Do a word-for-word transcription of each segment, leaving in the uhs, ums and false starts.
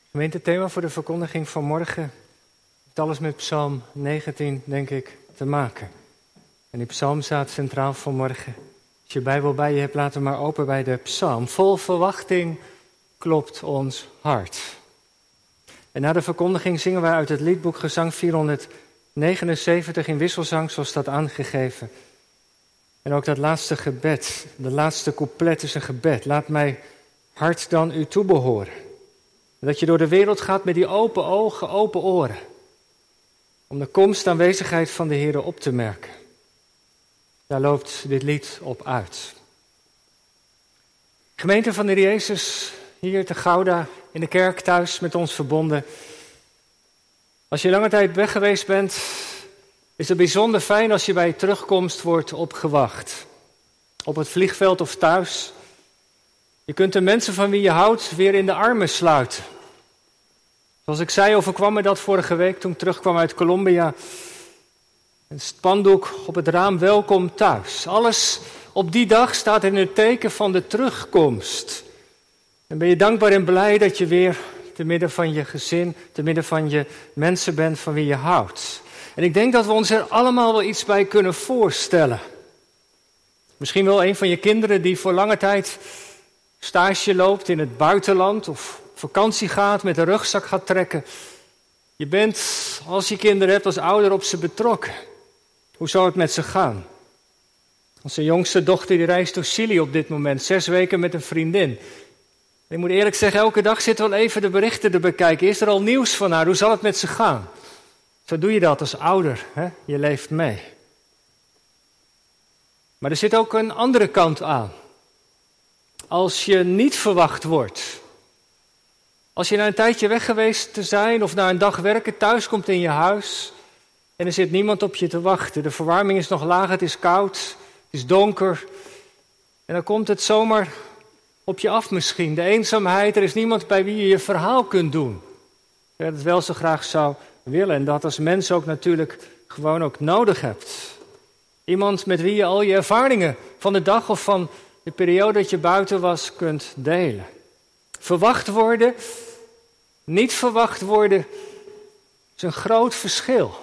Gemeente, thema voor de verkondiging van morgen heeft alles met Psalm negentien, denk ik, te maken. En die psalm staat centraal voor morgen. Als je Bijbel bij je hebt, laat hem maar open bij de psalm. Vol verwachting klopt ons hart. En na de verkondiging zingen wij uit het liedboek Gezang vierhonderdnegenenzeventig in wisselzang, zoals dat aangegeven. En ook dat laatste gebed, de laatste couplet is een gebed. Laat mij hart dan u toebehoren. Dat je door de wereld gaat met die open ogen, open oren. Om de komst en aanwezigheid van de Heer op te merken. Daar loopt dit lied op uit. Gemeente van de Heer Jezus, hier te Gouda, in de kerk thuis met ons verbonden. Als je lange tijd weg geweest bent, is het bijzonder fijn als je bij je terugkomst wordt opgewacht. Op het vliegveld of thuis. Je kunt de mensen van wie je houdt weer in de armen sluiten. Zoals ik zei, overkwam me dat vorige week toen ik terugkwam uit Colombia. Een spandoek op het raam, welkom thuis. Alles op die dag staat in het teken van de terugkomst. En ben je dankbaar en blij dat je weer te midden van je gezin, te midden van je mensen bent van wie je houdt. En ik denk dat we ons er allemaal wel iets bij kunnen voorstellen. Misschien wel een van je kinderen die voor lange tijd stage loopt in het buitenland of vakantie gaat, met een rugzak gaat trekken. Je bent, als je kinderen hebt, als ouder op ze betrokken. Hoe zou het met ze gaan? Onze jongste dochter die reist door Chili op dit moment, zes weken met een vriendin. En ik moet eerlijk zeggen, elke dag zit wel even de berichten te bekijken. Is er al nieuws van haar? Hoe zal het met ze gaan? Zo doe je dat als ouder, hè? Je leeft mee. Maar er zit ook een andere kant aan. Als je niet verwacht wordt. Als je na een tijdje weg geweest te zijn of na een dag werken thuis komt in je huis en er zit niemand op je te wachten. De verwarming is nog laag, het is koud, het is donker. En dan komt het zomaar op je af misschien. De eenzaamheid, er is niemand bij wie je je verhaal kunt doen. Dat je het wel zo graag zou willen en dat als mens ook natuurlijk gewoon ook nodig hebt. Iemand met wie je al je ervaringen van de dag of van de periode dat je buiten was kunt delen. Verwacht worden, niet verwacht worden, is een groot verschil.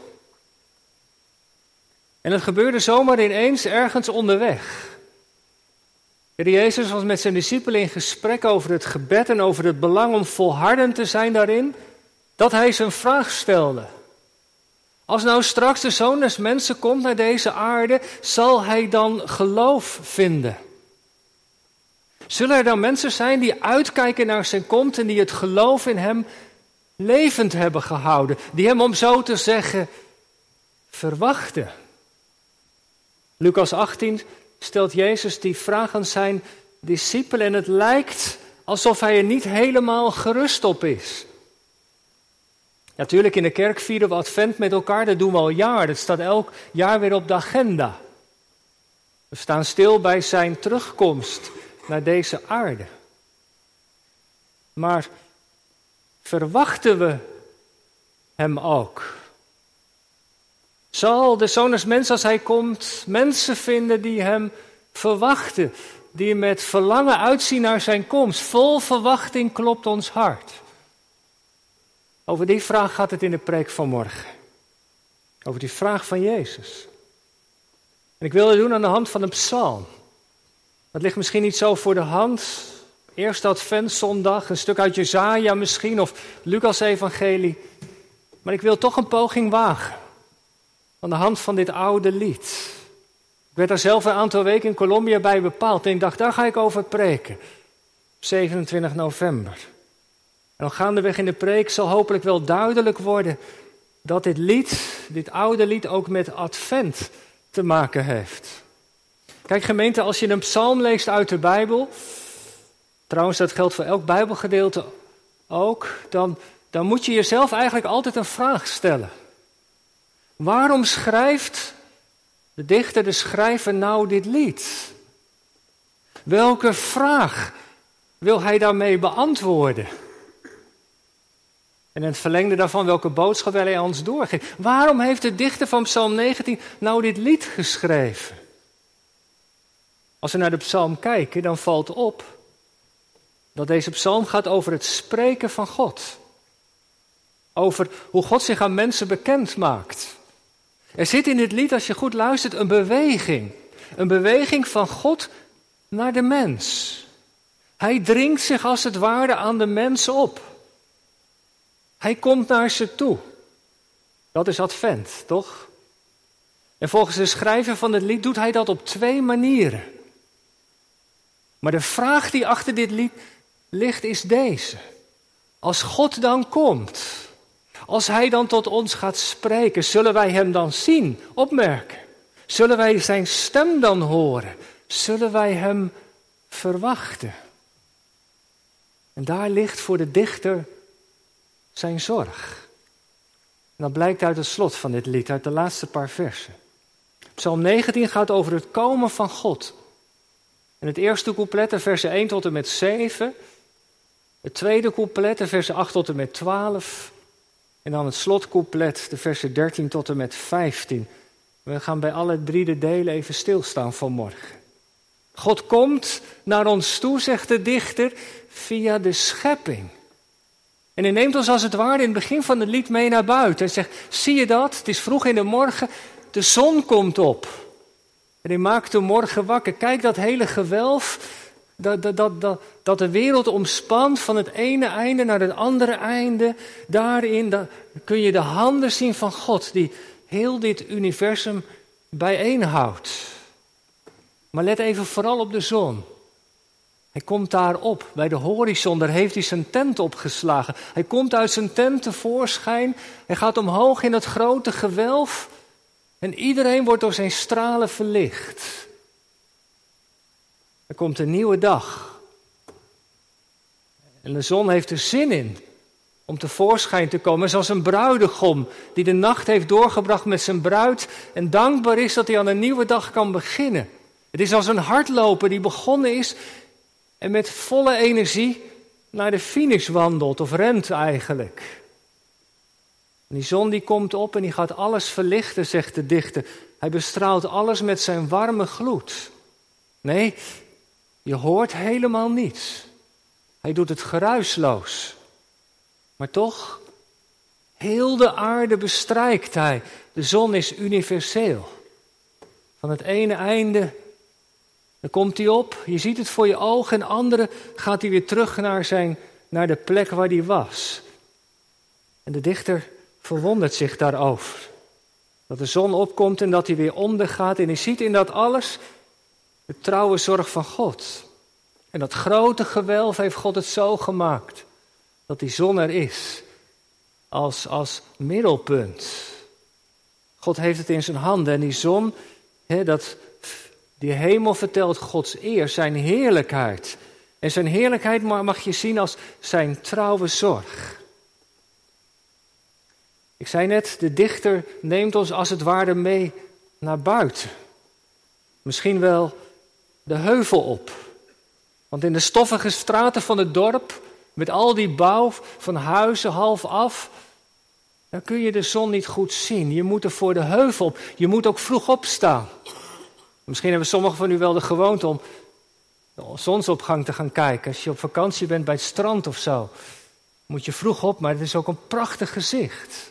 En het gebeurde zomaar ineens ergens onderweg. De Heer Jezus was met zijn discipelen in gesprek over het gebed en over het belang om volhardend te zijn daarin, dat hij zijn vraag stelde. Als nou straks de Zoon des Mensen komt naar deze aarde, zal hij dan geloof vinden? Zullen er dan mensen zijn die uitkijken naar zijn komst en die het geloof in hem levend hebben gehouden? Die hem, om zo te zeggen, verwachten? Lucas achttien stelt Jezus die vraag aan zijn discipelen en het lijkt alsof hij er niet helemaal gerust op is. Natuurlijk, in de kerk vieren we Advent met elkaar, dat doen we al jaar. Dat staat elk jaar weer op de agenda. We staan stil bij zijn terugkomst naar deze aarde. Maar verwachten we hem ook? Zal de Zoon des Mensen, als hij komt, mensen vinden die hem verwachten, die met verlangen uitzien naar zijn komst? Vol verwachting klopt ons hart. Over die vraag gaat het in de preek van morgen. Over die vraag van Jezus. En ik wil het doen aan de hand van een psalm. Dat ligt misschien niet zo voor de hand. Eerste Adventszondag, een stuk uit Jesaja misschien, of Lucas evangelie. Maar ik wil toch een poging wagen. Aan de hand van dit oude lied. Ik werd daar zelf een aantal weken in Colombia bij bepaald. En ik dacht, daar ga ik over preken. Op zevenentwintig november. En dan gaandeweg in de preek zal hopelijk wel duidelijk worden dat dit lied, dit oude lied, ook met Advent te maken heeft. Kijk gemeente, als je een psalm leest uit de Bijbel, trouwens dat geldt voor elk Bijbelgedeelte ook, dan, dan moet je jezelf eigenlijk altijd een vraag stellen. Waarom schrijft de dichter, de schrijver nou dit lied? Welke vraag wil hij daarmee beantwoorden? En in het verlengde daarvan, welke boodschap wil hij ons doorgeven? Waarom heeft de dichter van Psalm negentien nou dit lied geschreven? Als we naar de psalm kijken, dan valt op dat deze psalm gaat over het spreken van God. over hoe God zich aan mensen bekend maakt. Er zit in dit lied, als je goed luistert, een beweging. Een beweging van God naar de mens. Hij dringt zich als het ware aan de mens op. Hij komt naar ze toe. Dat is Advent, toch? En volgens de schrijver van het lied doet hij dat op twee manieren. Maar de vraag die achter dit lied ligt is deze. Als God dan komt, als hij dan tot ons gaat spreken, zullen wij hem dan zien, opmerken? Zullen wij zijn stem dan horen? Zullen wij hem verwachten? En daar ligt voor de dichter zijn zorg. En dat blijkt uit het slot van dit lied, uit de laatste paar versen. Psalm negentien gaat over het komen van God. En het eerste couplet, de versen één tot en met zeven. Het tweede couplet, de versen acht tot en met twaalf. En dan het slotcouplet, de versen dertien tot en met vijftien. We gaan bij alle drie de delen even stilstaan vanmorgen. God komt naar ons toe, zegt de dichter, via de schepping. En hij neemt ons als het ware in het begin van het lied mee naar buiten. Hij zegt, zie je dat? Het is vroeg in de morgen, de zon komt op. En hij maakt de morgen wakker. Kijk dat hele gewelf, dat, dat, dat, dat, dat de wereld omspant van het ene einde naar het andere einde. Daarin dat, kun je de handen zien van God, die heel dit universum bijeenhoudt. Maar let even vooral op de zon. Hij komt daar op, bij de horizon, daar heeft hij zijn tent opgeslagen. Hij komt uit zijn tent tevoorschijn, hij gaat omhoog in het grote gewelf en iedereen wordt door zijn stralen verlicht. Er komt een nieuwe dag. En de zon heeft er zin in om tevoorschijn te komen, zoals een bruidegom die de nacht heeft doorgebracht met zijn bruid en dankbaar is dat hij aan een nieuwe dag kan beginnen. Het is als een hardloper die begonnen is en met volle energie naar de finish wandelt, of rent eigenlijk. En die zon die komt op en die gaat alles verlichten, zegt de dichter. Hij bestraalt alles met zijn warme gloed. Nee, je hoort helemaal niets. Hij doet het geruisloos. Maar toch, heel de aarde bestrijkt hij. De zon is universeel. Van het ene einde, dan komt hij op, je ziet het voor je ogen, en andere gaat hij weer terug naar, zijn, naar de plek waar hij was. En de dichter verwondert zich daarover. Dat de zon opkomt en dat hij weer ondergaat. En hij ziet in dat alles de trouwe zorg van God. En dat grote gewelf heeft God het zo gemaakt dat die zon er is. Als, als middelpunt. God heeft het in zijn handen. En die zon, he, dat, die hemel vertelt Gods eer, zijn heerlijkheid. En zijn heerlijkheid mag je zien als zijn trouwe zorg. Ik zei net, de dichter neemt ons als het ware mee naar buiten. Misschien wel de heuvel op. Want in de stoffige straten van het dorp, met al die bouw van huizen half af, dan kun je de zon niet goed zien. Je moet er voor de heuvel op. Je moet ook vroeg opstaan. Misschien hebben sommigen van u wel de gewoonte om de zonsopgang te gaan kijken. Als je op vakantie bent bij het strand of zo, moet je vroeg op, maar het is ook een prachtig gezicht.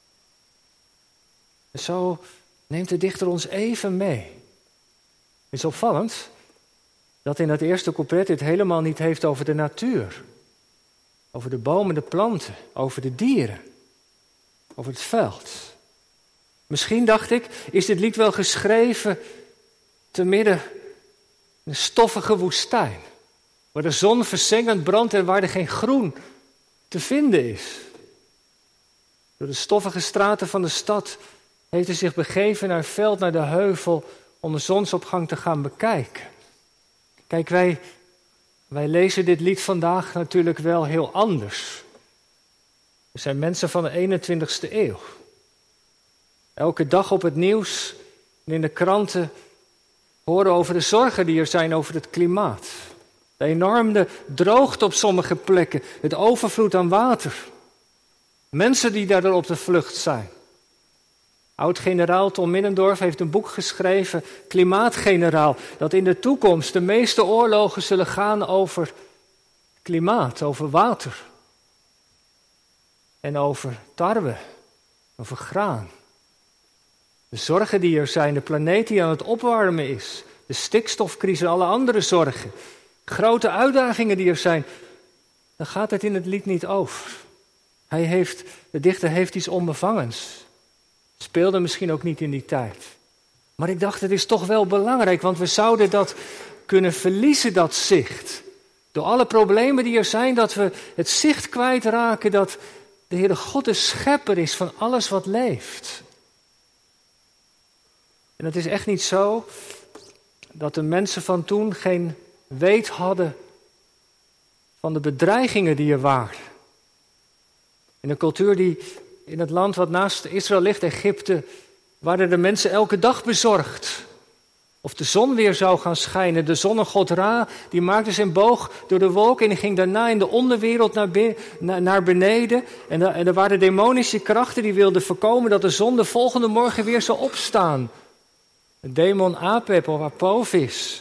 En zo neemt de dichter ons even mee. Het is opvallend dat in dat eerste couplet het helemaal niet heeft over de natuur. Over de bomen, de planten, over de dieren, over het veld. Misschien, dacht ik, is dit lied wel geschreven te midden in een stoffige woestijn. Waar de zon verzengend brandt en waar er geen groen te vinden is. Door de stoffige straten van de stad heeft hij zich begeven naar het veld, naar de heuvel, om de zonsopgang te gaan bekijken. Kijk, wij, wij lezen dit lied vandaag natuurlijk wel heel anders. We zijn mensen van de eenentwintigste eeuw. Elke dag op het nieuws en in de kranten horen over de zorgen die er zijn over het klimaat. De enorme droogte op sommige plekken, het overvloed aan water. Mensen die daardoor op de vlucht zijn. Oud-generaal Tom Middendorf heeft een boek geschreven, Klimaatgeneraal, dat in de toekomst de meeste oorlogen zullen gaan over klimaat, over water. en over tarwe, over graan. De zorgen die er zijn, de planeet die aan het opwarmen is, de stikstofcrisis en alle andere zorgen, grote uitdagingen die er zijn, dan gaat het in het lied niet over. Hij heeft, de dichter heeft iets onbevangens. Speelde misschien ook niet in die tijd. Maar ik dacht, het is toch wel belangrijk, want we zouden dat kunnen verliezen, dat zicht. Door alle problemen die er zijn, dat we het zicht kwijtraken dat de Heere God de schepper is van alles wat leeft. En het is echt niet zo dat de mensen van toen geen weet hadden van de bedreigingen die er waren. In een cultuur die in het land wat naast Israël ligt, Egypte, waren de mensen elke dag bezorgd. Of de zon weer zou gaan schijnen. De zonnegod Ra, die maakte zijn boog door de wolken en die ging daarna in de onderwereld naar, be- naar beneden. En, da- en er waren demonische krachten die wilden voorkomen dat de zon de volgende morgen weer zou opstaan. De demon Apep of Apophis.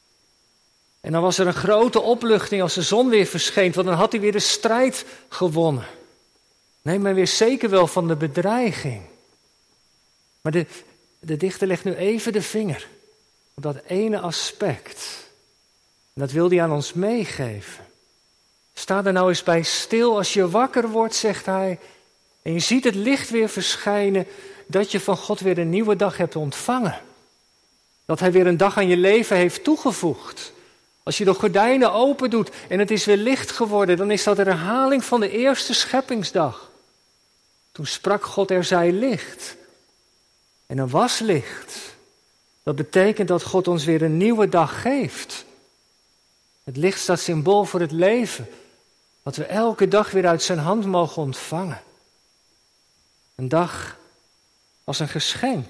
En dan was er een grote opluchting als de zon weer verscheen, want dan had hij weer de strijd gewonnen. Nee, maar weer zeker wel van de bedreiging. Maar de, de dichter legt nu even de vinger op dat ene aspect. En dat wil hij aan ons meegeven. Sta er nou eens bij stil als je wakker wordt, zegt hij, en je ziet het licht weer verschijnen, dat je van God weer een nieuwe dag hebt ontvangen. Dat hij weer een dag aan je leven heeft toegevoegd. Als je de gordijnen open doet en het is weer licht geworden, dan is dat een herhaling van de eerste scheppingsdag. Toen sprak God, er zij licht. En er was licht. Dat betekent dat God ons weer een nieuwe dag geeft. Het licht staat symbool voor het leven. Wat we elke dag weer uit zijn hand mogen ontvangen. Een dag als een geschenk.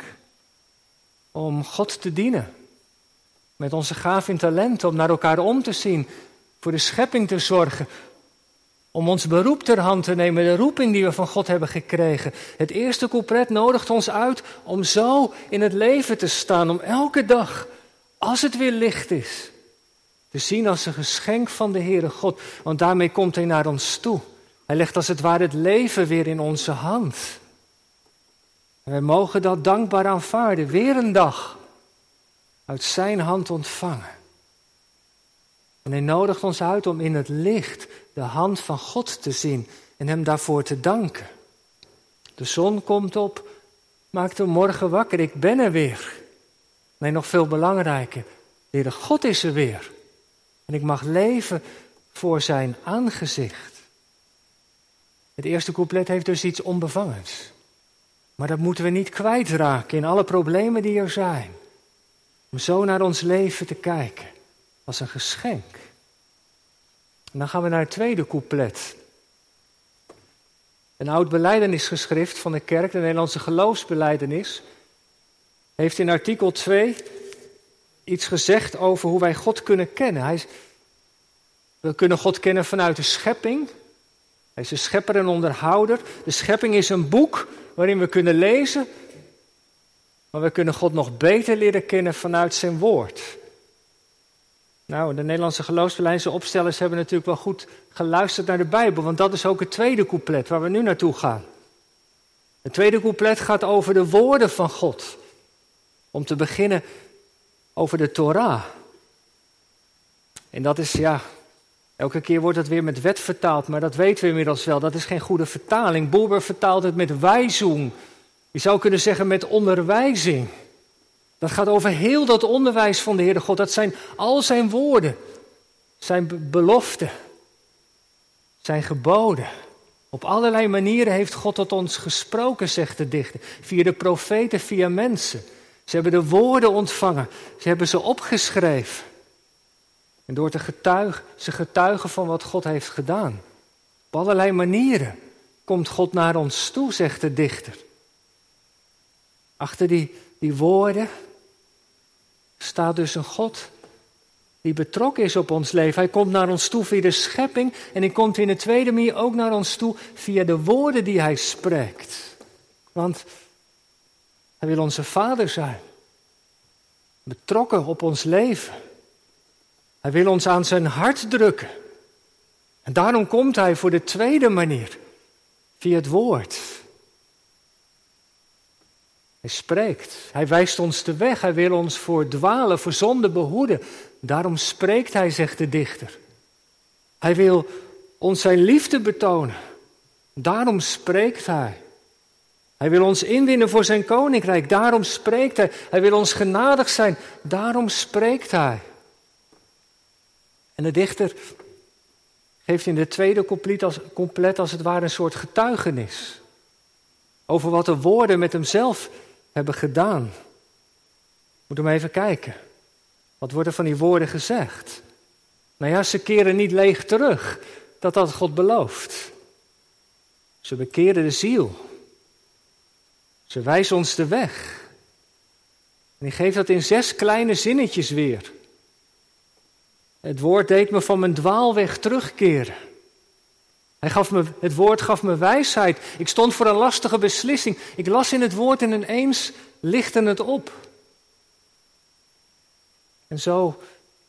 Om God te dienen. Met onze gaven en talenten. Om naar elkaar om te zien. Voor de schepping te zorgen. Om ons beroep ter hand te nemen. De roeping die we van God hebben gekregen. Het eerste couplet nodigt ons uit om zo in het leven te staan. Om elke dag, als het weer licht is, te zien als een geschenk van de Heere God. Want daarmee komt hij naar ons toe. Hij legt als het ware het leven weer in onze hand. En wij mogen dat dankbaar aanvaarden. Weer een dag uit zijn hand ontvangen. En hij nodigt ons uit om in het licht de hand van God te zien en hem daarvoor te danken. De zon komt op, maakt de morgen wakker, ik ben er weer. Nee, nog veel belangrijker, de Heere God is er weer. En ik mag leven voor zijn aangezicht. Het eerste couplet heeft dus iets onbevangens. Maar dat moeten we niet kwijtraken in alle problemen die er zijn. Om zo naar ons leven te kijken, als een geschenk. En dan gaan we naar het tweede couplet. Een oud belijdenisgeschrift van de kerk, de Nederlandse geloofsbelijdenis, heeft in artikel twee iets gezegd over hoe wij God kunnen kennen. Hij is, we kunnen God kennen vanuit de schepping. Hij is de schepper en onderhouder. De schepping is een boek waarin we kunnen lezen, maar we kunnen God nog beter leren kennen vanuit zijn woord. Nou, de Nederlandse geloofsbelijdense opstellers hebben natuurlijk wel goed geluisterd naar de Bijbel, want dat is ook het tweede couplet waar we nu naartoe gaan. Het tweede couplet gaat over de woorden van God. Om te beginnen over de Torah. En dat is, ja, elke keer wordt het weer met wet vertaald, maar dat weten we inmiddels wel. Dat is geen goede vertaling. Boerber vertaalt het met wijzoen. Je zou kunnen zeggen met onderwijzing. Dat gaat over heel dat onderwijs van de Heere God. Dat zijn al zijn woorden, zijn be- beloften, zijn geboden. Op allerlei manieren heeft God tot ons gesproken, zegt de dichter. Via de profeten, via mensen. Ze hebben de woorden ontvangen. Ze hebben ze opgeschreven. En door te getuigen, ze getuigen van wat God heeft gedaan. Op allerlei manieren komt God naar ons toe, zegt de dichter. Achter die, die woorden staat dus een God die betrokken is op ons leven. Hij komt naar ons toe via de schepping en hij komt in de tweede manier ook naar ons toe via de woorden die hij spreekt. Want hij wil onze vader zijn. Betrokken op ons leven. Hij wil ons aan zijn hart drukken. En daarom komt hij voor de tweede manier. via het woord. Hij spreekt. Hij wijst ons de weg. Hij wil ons voor dwalen, voor zonde behoeden. Daarom spreekt hij, zegt de dichter. Hij wil ons zijn liefde betonen. Daarom spreekt hij. Hij wil ons inwinnen voor zijn koninkrijk. Daarom spreekt hij. Hij wil ons genadig zijn. Daarom spreekt hij. En de dichter geeft in de tweede couplet als, couplet als het ware een soort getuigenis. Over wat de woorden met hemzelf hebben gedaan. Moet hem even kijken. Wat worden van die woorden gezegd? Nou ja, ze keren niet leeg terug. Dat had God beloofd. Ze bekeren de ziel. Ze wijzen ons de weg. En hij geeft dat in zes kleine zinnetjes weer. Het woord deed me van mijn dwaalweg terugkeren. Hij gaf me, het woord gaf me wijsheid. Ik stond voor een lastige beslissing. Ik las in het woord en ineens lichtte het op. En zo,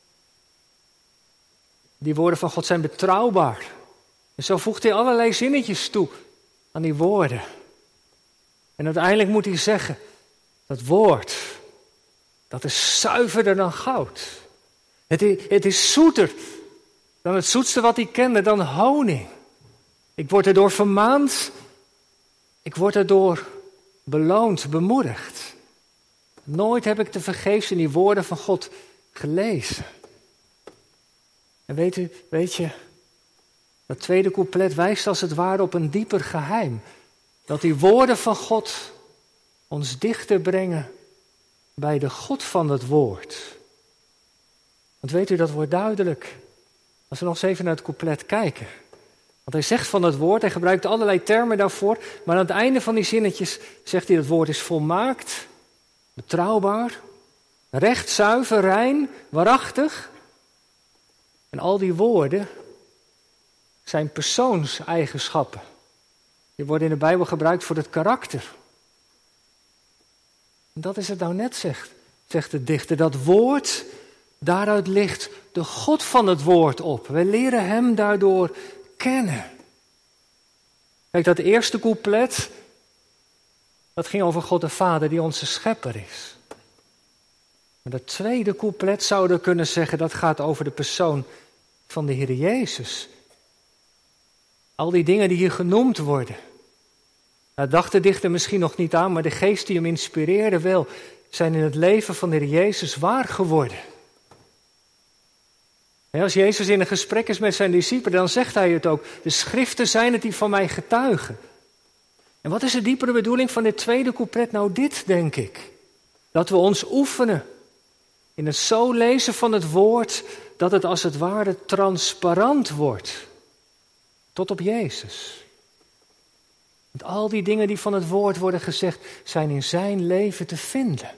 die woorden van God zijn betrouwbaar. En zo voegt hij allerlei zinnetjes toe aan die woorden. En uiteindelijk moet hij zeggen, dat woord, dat is zuiverder dan goud. Het is, het is zoeter dan het zoetste wat ik kende, dan honing. Ik word erdoor vermaand, ik word erdoor beloond, bemoedigd. Nooit heb ik te vergeefs in die woorden van God gelezen. En weet u, weet je, dat tweede couplet wijst als het ware op een dieper geheim. Dat die woorden van God ons dichter brengen bij de God van het woord. Want weet u, dat wordt duidelijk als we nog eens even naar het couplet kijken. Want hij zegt van het woord, hij gebruikt allerlei termen daarvoor, maar aan het einde van die zinnetjes zegt hij dat het woord is volmaakt, betrouwbaar, recht, zuiver, rein, waarachtig. En al die woorden zijn persoonseigenschappen. Die worden in de Bijbel gebruikt voor het karakter. En dat is het nou net, zegt, zegt de dichter. Dat woord, daaruit ligt de God van het woord op. We leren hem daardoor kennen. Kijk, dat eerste couplet, dat ging over God de Vader die onze schepper is. Maar dat tweede couplet zouden we kunnen zeggen, dat gaat over de persoon van de Heer Jezus. Al die dingen die hier genoemd worden. Daar dacht de dichter misschien nog niet aan, maar de geest die hem inspireerde wel, zijn in het leven van de Heer Jezus waar geworden. En als Jezus in een gesprek is met zijn discipelen, dan zegt hij het ook. De schriften zijn het die van mij getuigen. En wat is de diepere bedoeling van dit tweede couplet? Nou dit, denk ik. Dat we ons oefenen in het zo lezen van het woord, dat het als het ware transparant wordt. Tot op Jezus. Want al die dingen die van het woord worden gezegd, zijn in zijn leven te vinden.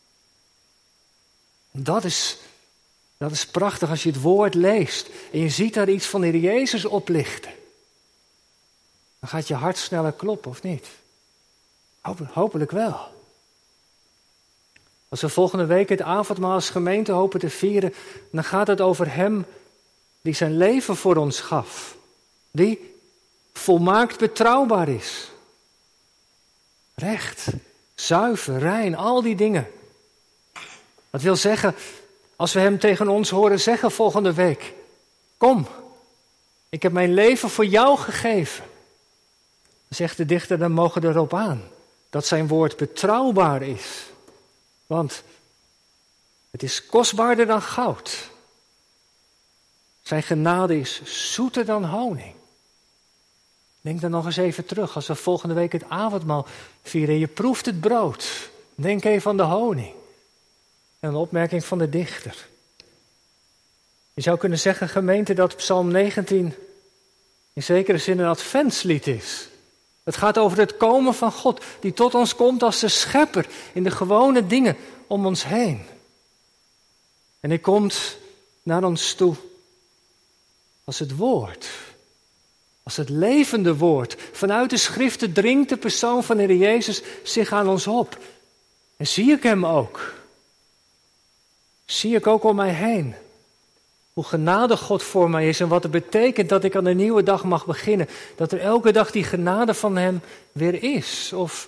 Dat is, dat is prachtig als je het woord leest en je ziet daar iets van de Heer Jezus oplichten. Dan gaat je hart sneller kloppen, of niet? Hopelijk wel. Als we volgende week het avondmaal als gemeente hopen te vieren, dan gaat het over hem die zijn leven voor ons gaf. Die volmaakt betrouwbaar is. Recht, zuiver, rein, al die dingen. Dat wil zeggen, als we hem tegen ons horen zeggen volgende week, kom, ik heb mijn leven voor jou gegeven. Dan zegt de dichter, dan mogen we erop aan dat zijn woord betrouwbaar is. Want het is kostbaarder dan goud. Zijn genade is zoeter dan honing. Denk dan nog eens even terug, als we volgende week het avondmaal vieren. Je proeft het brood. Denk even aan de honing. En een opmerking van de dichter. Je zou kunnen zeggen, gemeente, dat Psalm negentien in zekere zin een adventslied is. Het gaat over het komen van God, die tot ons komt als de schepper in de gewone dingen om ons heen. En hij komt naar ons toe als het woord. Als het levende woord. Vanuit de schriften dringt de persoon van de Heer Jezus zich aan ons op. En zie ik hem ook. Zie ik ook om mij heen. Hoe genadig God voor mij is en wat het betekent dat ik aan een nieuwe dag mag beginnen. Dat er elke dag die genade van hem weer is. Of,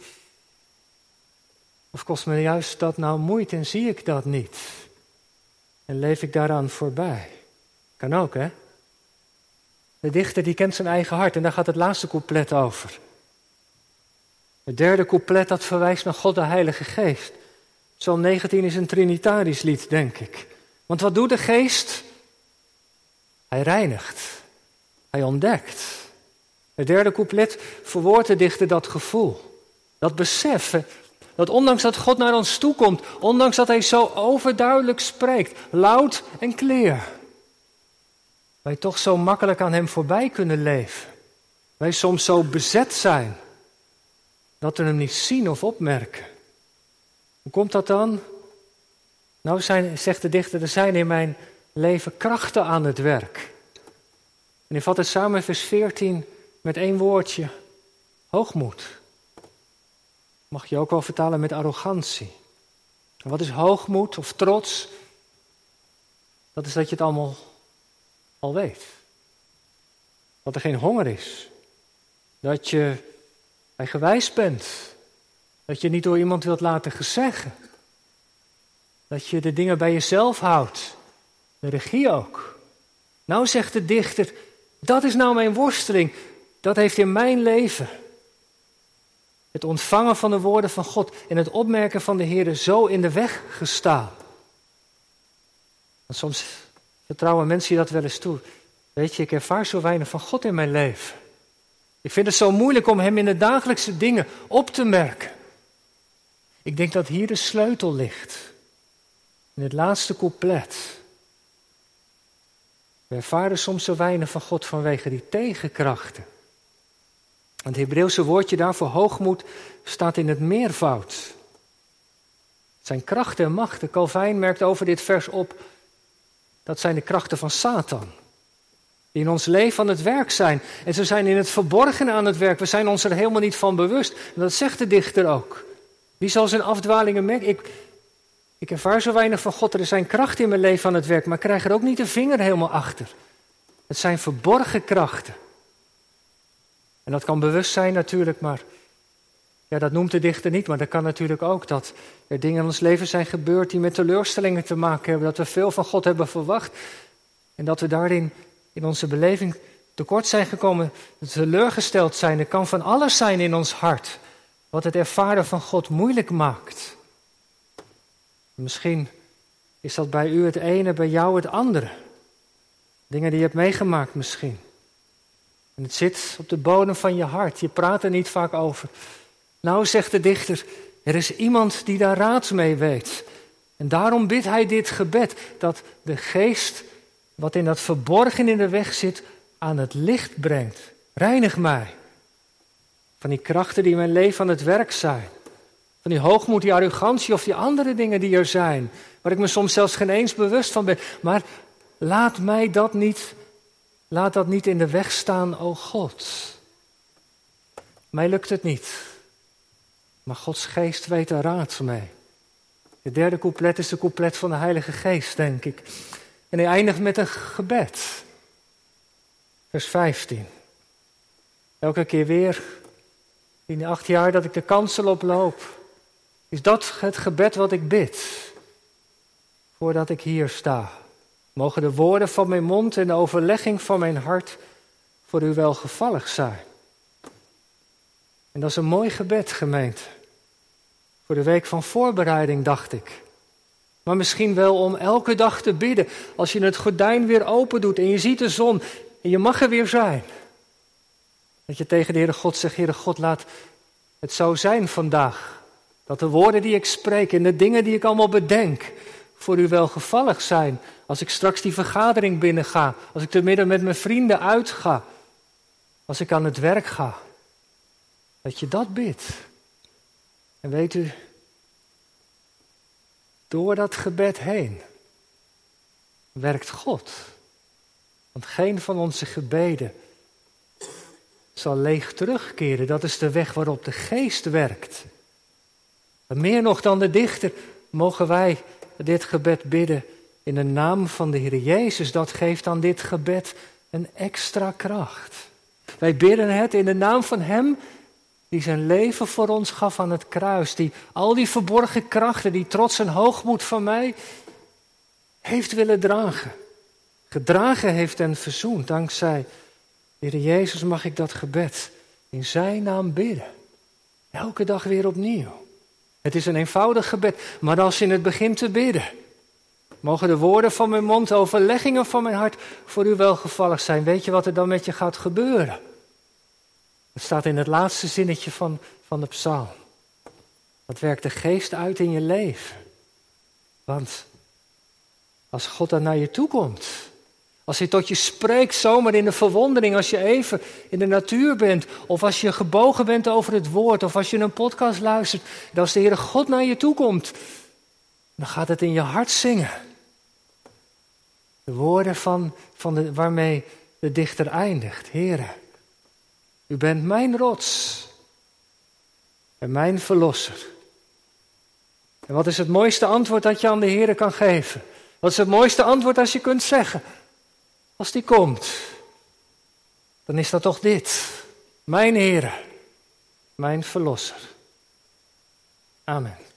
of kost me juist dat nou moeite en zie ik dat niet? En leef ik daaraan voorbij? Kan ook, hè? De dichter die kent zijn eigen hart en daar gaat het laatste couplet over. Het derde couplet dat verwijst naar God de Heilige Geest. Psalm negentien is een trinitarisch lied, denk ik. Want wat doet de Geest? Hij reinigt. Hij ontdekt. Het derde couplet verwoordt de dichter dat gevoel. Dat beseffen. Dat ondanks dat God naar ons toe komt. Ondanks dat hij zo overduidelijk spreekt. Luid en clear. Wij toch zo makkelijk aan hem voorbij kunnen leven. Wij soms zo bezet zijn. Dat we hem niet zien of opmerken. Hoe komt dat dan? Nou, zijn, zegt de dichter, er zijn in mijn leven krachten aan het werk. En hij vat het samen in vers veertien met één woordje. Hoogmoed. Mag je ook wel vertalen met arrogantie. En wat is hoogmoed of trots? Dat is dat je het allemaal al weet. Dat er geen honger is. Dat je eigenwijs bent. Dat je niet door iemand wilt laten gezeggen. Dat je de dingen bij jezelf houdt. De regie ook. Nou zegt de dichter, dat is nou mijn worsteling. Dat heeft in mijn leven het ontvangen van de woorden van God en het opmerken van de Heer zo in de weg gestaan. Want soms vertrouwen mensen je dat wel eens toe. Weet je, ik ervaar zo weinig van God in mijn leven. Ik vind het zo moeilijk om hem in de dagelijkse dingen op te merken. Ik denk dat hier de sleutel ligt. In het laatste couplet. We ervaren soms zo weinig van God vanwege die tegenkrachten. Het Hebreeuwse woordje daarvoor hoogmoed staat in het meervoud. Het zijn krachten en machten. Calvijn merkt over dit vers op. Dat zijn de krachten van Satan. Die in ons leven aan het werk zijn. En ze zijn in het verborgen aan het werk. We zijn ons er helemaal niet van bewust. En dat zegt de dichter ook. Wie zal zijn afdwalingen merken? Ik, ik ervaar zo weinig van God. Er zijn krachten in mijn leven aan het werk. Maar ik krijg er ook niet de vinger helemaal achter. Het zijn verborgen krachten. En dat kan bewust zijn natuurlijk, maar ja, dat noemt de dichter niet. Maar dat kan natuurlijk ook dat er dingen in ons leven zijn gebeurd die met teleurstellingen te maken hebben. Dat we veel van God hebben verwacht. En dat we daarin in onze beleving tekort zijn gekomen, teleurgesteld zijn. Er kan van alles zijn in ons hart wat het ervaren van God moeilijk maakt. Misschien is dat bij u het ene, bij jou het andere. Dingen die je hebt meegemaakt misschien. En het zit op de bodem van je hart. Je praat er niet vaak over. Nou, zegt de dichter, er is iemand die daar raad mee weet. En daarom bidt hij dit gebed, dat de geest wat in dat verborgen in de weg zit, aan het licht brengt. Reinig mij. Van die krachten die in mijn leven aan het werk zijn. Van die hoogmoed, die arrogantie of die andere dingen die er zijn. Waar ik me soms zelfs geen eens bewust van ben. Maar laat mij dat niet, laat dat niet in de weg staan, o God. Mij lukt het niet. Maar Gods geest weet er raad mee. Het derde couplet is de couplet van de Heilige Geest, denk ik. En hij eindigt met een gebed. Vers vijftien. Elke keer weer, in de acht jaar dat ik de kansel oploop, is dat het gebed wat ik bid. Voordat ik hier sta. Mogen de woorden van mijn mond en de overlegging van mijn hart voor u welgevallig zijn. En dat is een mooi gebed, gemeente. Voor de week van voorbereiding, dacht ik. Maar misschien wel om elke dag te bidden. Als je het gordijn weer open doet en je ziet de zon en je mag er weer zijn. Dat je tegen de Heere God zegt, Heere God, laat het zo zijn vandaag. Dat de woorden die ik spreek en de dingen die ik allemaal bedenk voor u welgevallig zijn. Als ik straks die vergadering binnen ga. Als ik te midden met mijn vrienden uitga. Als ik aan het werk ga. Dat je dat bidt. En weet u, door dat gebed heen werkt God. Want geen van onze gebeden zal leeg terugkeren. Dat is de weg waarop de geest werkt. En meer nog dan de dichter mogen wij dit gebed bidden in de naam van de Heer Jezus, dat geeft aan dit gebed een extra kracht. Wij bidden het in de naam van Hem die zijn leven voor ons gaf aan het kruis. Die al die verborgen krachten, die trots en hoogmoed van mij heeft willen dragen. Gedragen heeft en verzoend. Dankzij de Heer Jezus mag ik dat gebed in zijn naam bidden. Elke dag weer opnieuw. Het is een eenvoudig gebed, maar als je in het begint te bidden, mogen de woorden van mijn mond, de overleggingen van mijn hart voor u welgevallig zijn. Weet je wat er dan met je gaat gebeuren? Het staat in het laatste zinnetje van, van de psalm. Dat werkt de geest uit in je leven. Want als God dan naar je toe komt, als hij tot je spreekt zomaar in de verwondering, als je even in de natuur bent, of als je gebogen bent over het woord, of als je een podcast luistert, en als de Heere God naar je toe komt, dan gaat het in je hart zingen. De woorden van, van de, waarmee de dichter eindigt. Heere, u bent mijn rots en mijn verlosser. En wat is het mooiste antwoord dat je aan de Heere kan geven? Wat is het mooiste antwoord als je kunt zeggen? Als die komt, dan is dat toch dit. Mijn Heere, mijn verlosser. Amen.